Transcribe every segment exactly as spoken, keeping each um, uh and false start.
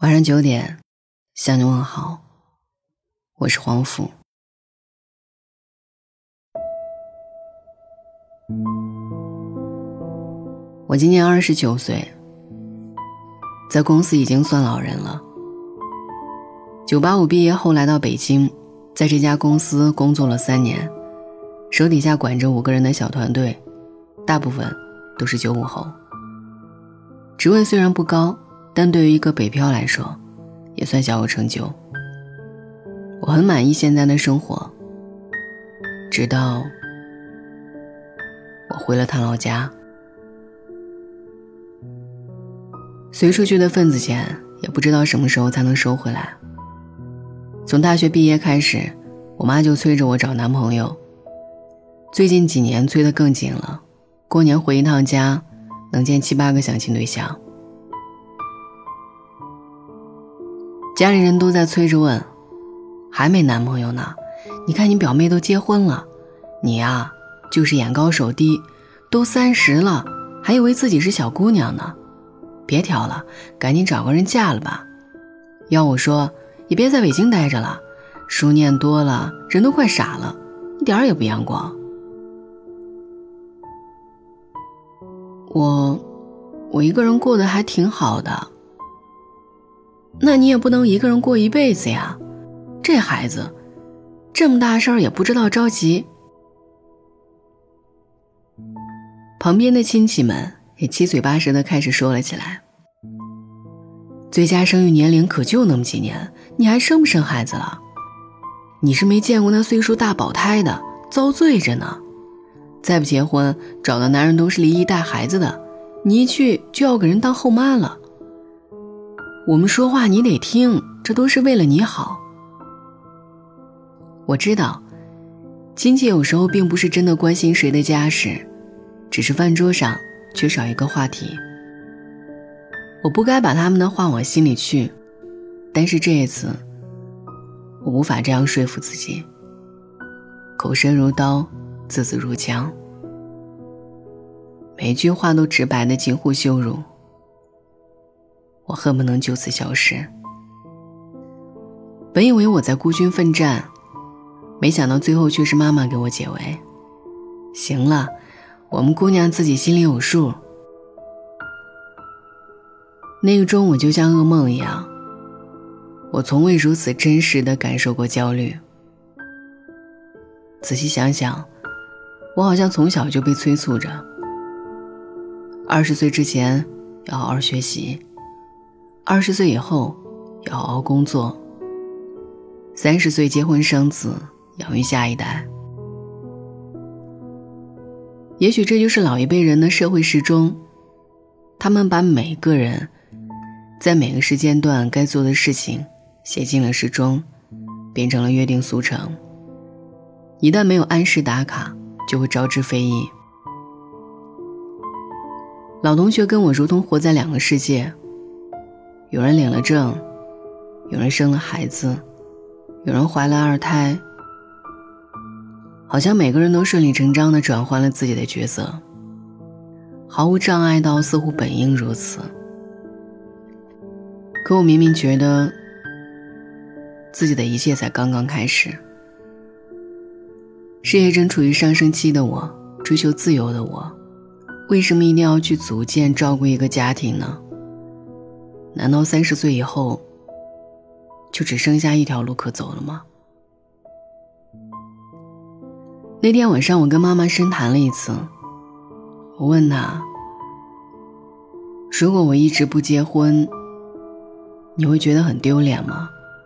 晚上九点，向你问好，我是黄甫。我今年二十九岁，在公司已经算老人了。九八五毕业后来到北京，在这家公司工作了三年，手底下管着五个人的小团队，大部分都是九五后。职位虽然不高，但对于一个北漂来说，也算小有成就。我很满意现在的生活，直到我回了趟老家。随出去的份子钱也不知道什么时候才能收回来。从大学毕业开始，我妈就催着我找男朋友，最近几年催得更紧了，过年回一趟家能见七八个相亲对象。家里人都在催着问，还没男朋友呢，你看你表妹都结婚了，你呀就是眼高手低，都三十了还以为自己是小姑娘呢，别挑了，赶紧找个人嫁了吧。要我说也别在北京待着了，书念多了人都快傻了，一点也不阳光。我我一个人过得还挺好的。那你也不能一个人过一辈子呀，这孩子这么大事儿也不知道着急。旁边的亲戚们也七嘴八舌地开始说了起来，最佳生育年龄可就那么几年，你还生不生孩子了？你是没见过那岁数大保胎的，遭罪着呢。再不结婚，找的男人都是离异带孩子的，你一去就要给人当后妈了。我们说话你得听，这都是为了你好。我知道亲戚有时候并不是真的关心谁的家事，只是饭桌上缺少一个话题。我不该把他们的话往心里去，但是这一次我无法这样说服自己。口舌如刀，字字如枪，每一句话都直白的近乎羞辱，我恨不能就此消失。本以为我在孤军奋战，没想到最后却是妈妈给我解围。行了，我们姑娘自己心里有数。那个中午就像噩梦一样，我从未如此真实地感受过焦虑。仔细想想，我好像从小就被催促着，二十岁之前要好好学习，二十岁以后要好好工作，三十岁结婚生子，养育下一代。也许这就是老一辈人的社会时钟，他们把每个人在每个时间段该做的事情写进了时钟，变成了约定俗成，一旦没有按时打卡，就会招致非议。老同学跟我如同活在两个世界，有人领了证，有人生了孩子，有人怀了二胎，好像每个人都顺理成章地转换了自己的角色，毫无障碍到似乎本应如此。可我明明觉得自己的一切才刚刚开始。事业正处于上升期的我，追求自由的我，为什么一定要去组建照顾一个家庭呢？难道三十岁以后就只剩下一条路可走了吗？那天晚上我跟妈妈深谈了一次，我问她，如果我一直不结婚，你会觉得很丢脸吗？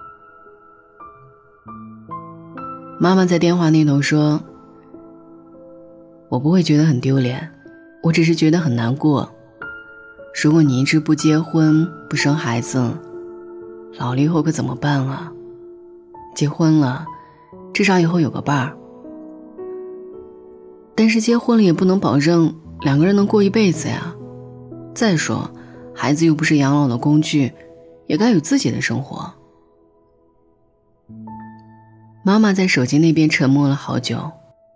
妈妈在电话那头说，我不会觉得很丢脸，我只是觉得很难过。如果你一直不结婚不生孩子，老了以后可怎么办啊？结婚了至少以后有个伴儿，但是结婚了也不能保证两个人能过一辈子呀。再说孩子又不是养老的工具，也该有自己的生活。妈妈在手机那边沉默了好久，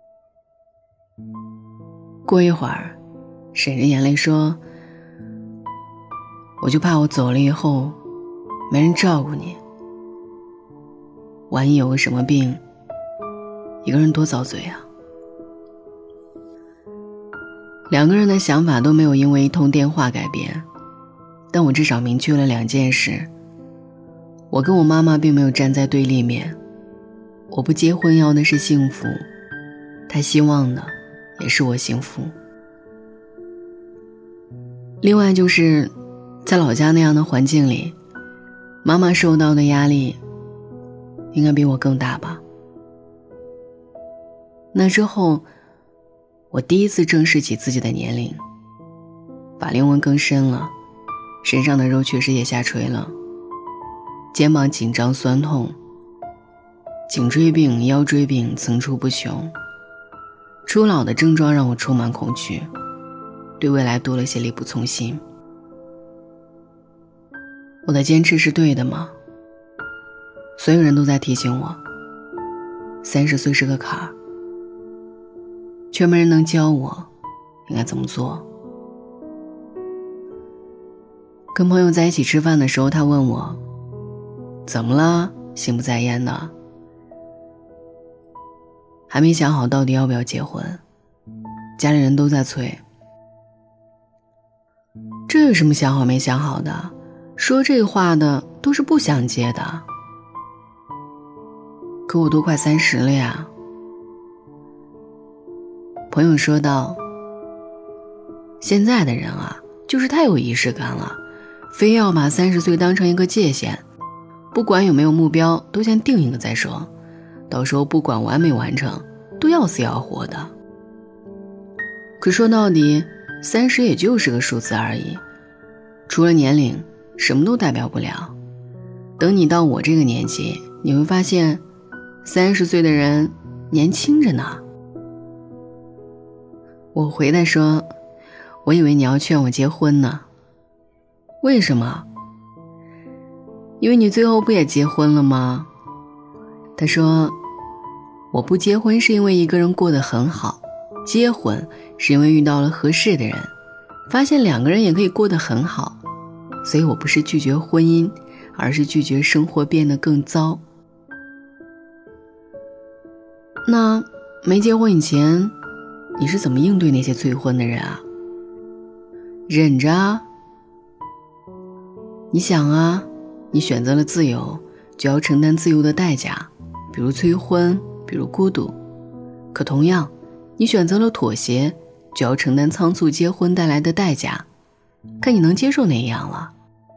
过一会儿忍着眼泪说，我就怕我走了以后没人照顾你，万一有个什么病，一个人多遭罪啊。两个人的想法都没有因为一通电话改变，但我至少明确了两件事。我跟我妈妈并没有站在对立面，我不结婚要的是幸福，她希望的也是我幸福。另外就是在老家那样的环境里，妈妈受到的压力应该比我更大吧。那之后我第一次正视起自己的年龄，法令纹更深了，身上的肉确实也下垂了，肩膀紧张酸痛，颈椎病、腰椎病层出不穷，初老的症状让我充满恐惧，对未来多了些力不从心。我的坚持是对的吗？所有人都在提醒我，三十岁是个坎儿，却没人能教我应该怎么做。跟朋友在一起吃饭的时候，他问我怎么了，心不在焉的，还没想好到底要不要结婚，家里人都在催。这有什么想好没想好的，说这话的都是不想结的。可我都快三十了呀。朋友说道，现在的人啊，就是太有仪式感了，非要把三十岁当成一个界限，不管有没有目标都先定一个再说，到时候不管完没完成都要死要活的。可说到底，三十也就是个数字而已，除了年龄什么都代表不了。等你到我这个年纪，你会发现三十岁的人年轻着呢。我回答说，我以为你要劝我结婚呢。为什么？因为你最后不也结婚了吗？他说，我不结婚是因为一个人过得很好，结婚是因为遇到了合适的人，发现两个人也可以过得很好，所以我不是拒绝婚姻，而是拒绝生活变得更糟。那没结婚以前，你是怎么应对那些催婚的人啊？忍着啊。你想啊，你选择了自由，就要承担自由的代价，比如催婚，比如孤独。可同样，你选择了妥协，就要承担仓促结婚带来的代价，看你能接受哪一样了。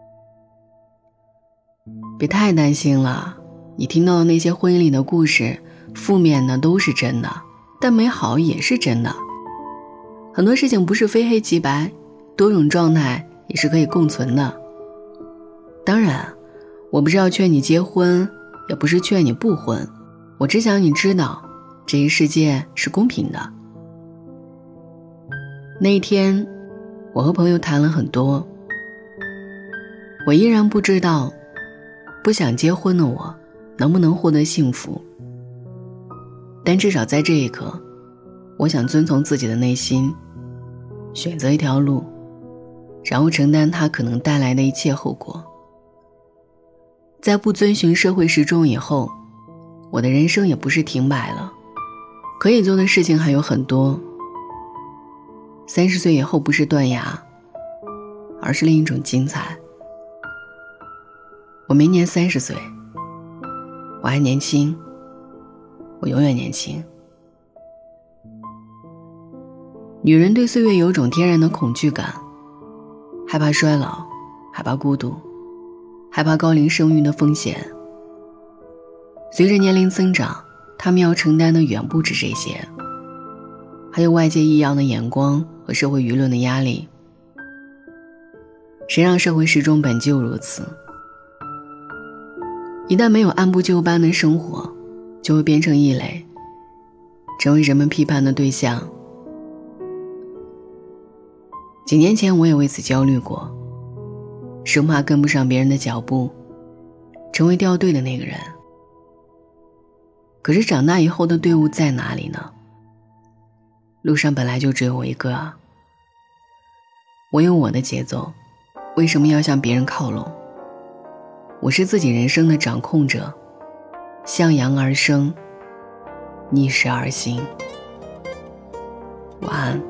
别太担心了，你听到的那些婚姻里的故事，负面的都是真的，但美好也是真的。很多事情不是非黑即白，多种状态也是可以共存的。当然，我不是要劝你结婚，也不是劝你不婚，我只想你知道，这个世界是公平的。那一天，我和朋友谈了很多，我依然不知道，不想结婚的我能不能获得幸福。但至少在这一刻，我想遵从自己的内心，选择一条路，然后承担它可能带来的一切后果。在不遵循社会时钟以后，我的人生也不是停摆了，可以做的事情还有很多。三十岁以后不是断崖，而是另一种精彩。我明年三十岁，我还年轻，我永远年轻。女人对岁月有种天然的恐惧感，害怕衰老，害怕孤独，害怕高龄生育的风险。随着年龄增长，她们要承担的远不止这些，还有外界异样的眼光和社会舆论的压力。谁让社会时钟本就如此？一旦没有按部就班的生活，就会变成异类，成为人们批判的对象。几年前我也为此焦虑过，生怕跟不上别人的脚步，成为掉队的那个人。可是长大以后的队伍在哪里呢？路上本来就只有我一个啊。我有我的节奏，为什么要向别人靠拢？ 我是自己人生的掌控者，向阳而生，逆势而行。晚安。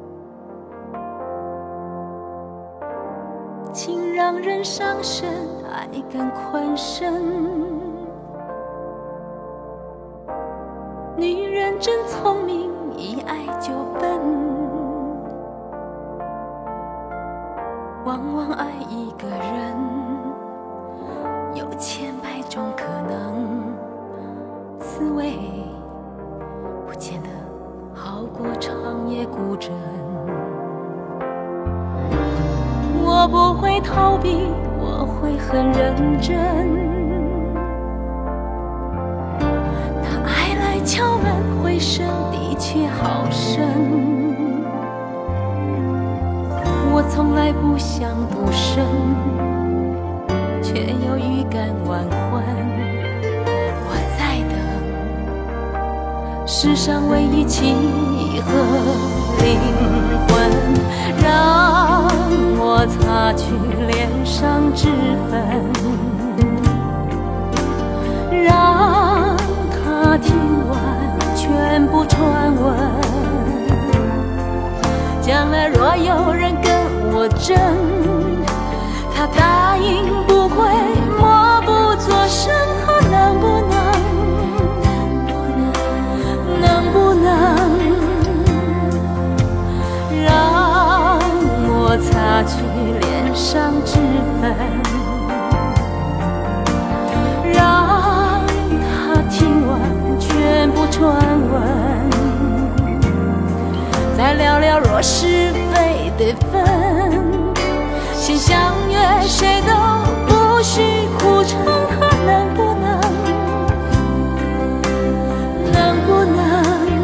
情让人伤身，爱更困身。女人真聪明，一爱就笨。往往爱一个人，有千百种可能，滋味不见得好过长夜孤枕。我不会逃避，我会很认真。他爱来敲门，回声的确好深。我从来不想独身，却又预感晚婚。我在等世上唯一契合灵魂，让我擦去脸上脂粉，让他听完全部传闻。将来若有人跟我争，他答应不会默不作声。他能不能能不能让我擦去脸上脂粉，让他听完全部传闻，再聊聊若是非得分，先相约谁都不许哭成。他能不能能不能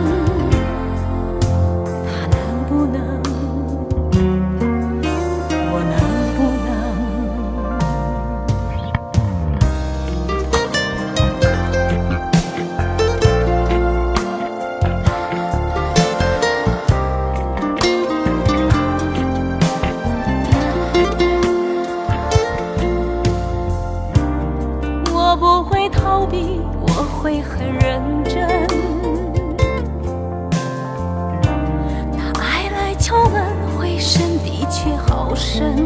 他能不能我能不我不会逃避，我会很认真。他爱来敲门，回声的确好深。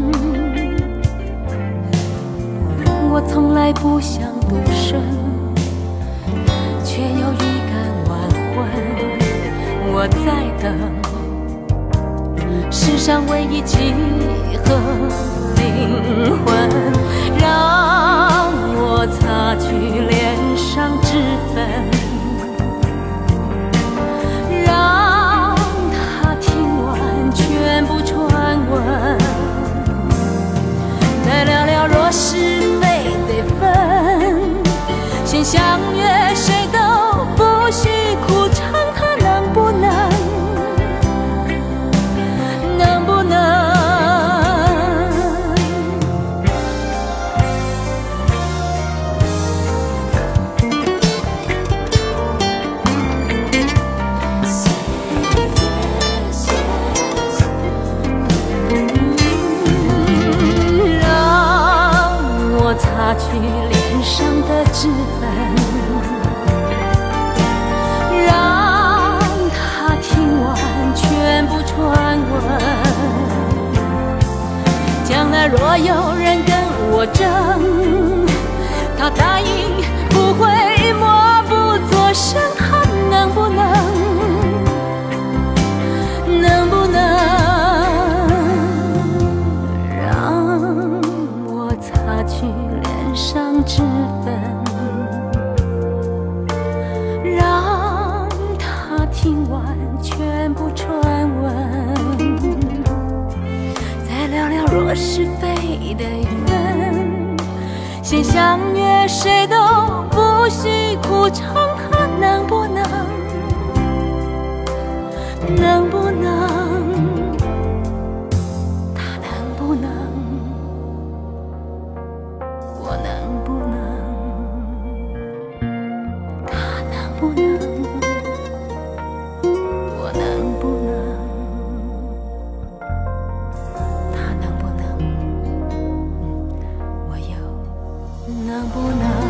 我从来不想独身，却又预感晚婚。我在等世上唯一契合灵魂，让我擦去脸上脂粉，让他听完全部传闻，再聊聊若是非得分，先相约谁都不许哭成。他能不能能不能擦去脸上的脂粉，让他听完全部传闻。将来若有人跟我争，他答应不会默不作声。他能不能能不能让我擦去脸上脂粉，让他听完全部传闻，再聊聊若是非的分，先相约谁都不许哭成。他能不能能不能他能不能我能不能他能不能我能不能他能不能我有能不能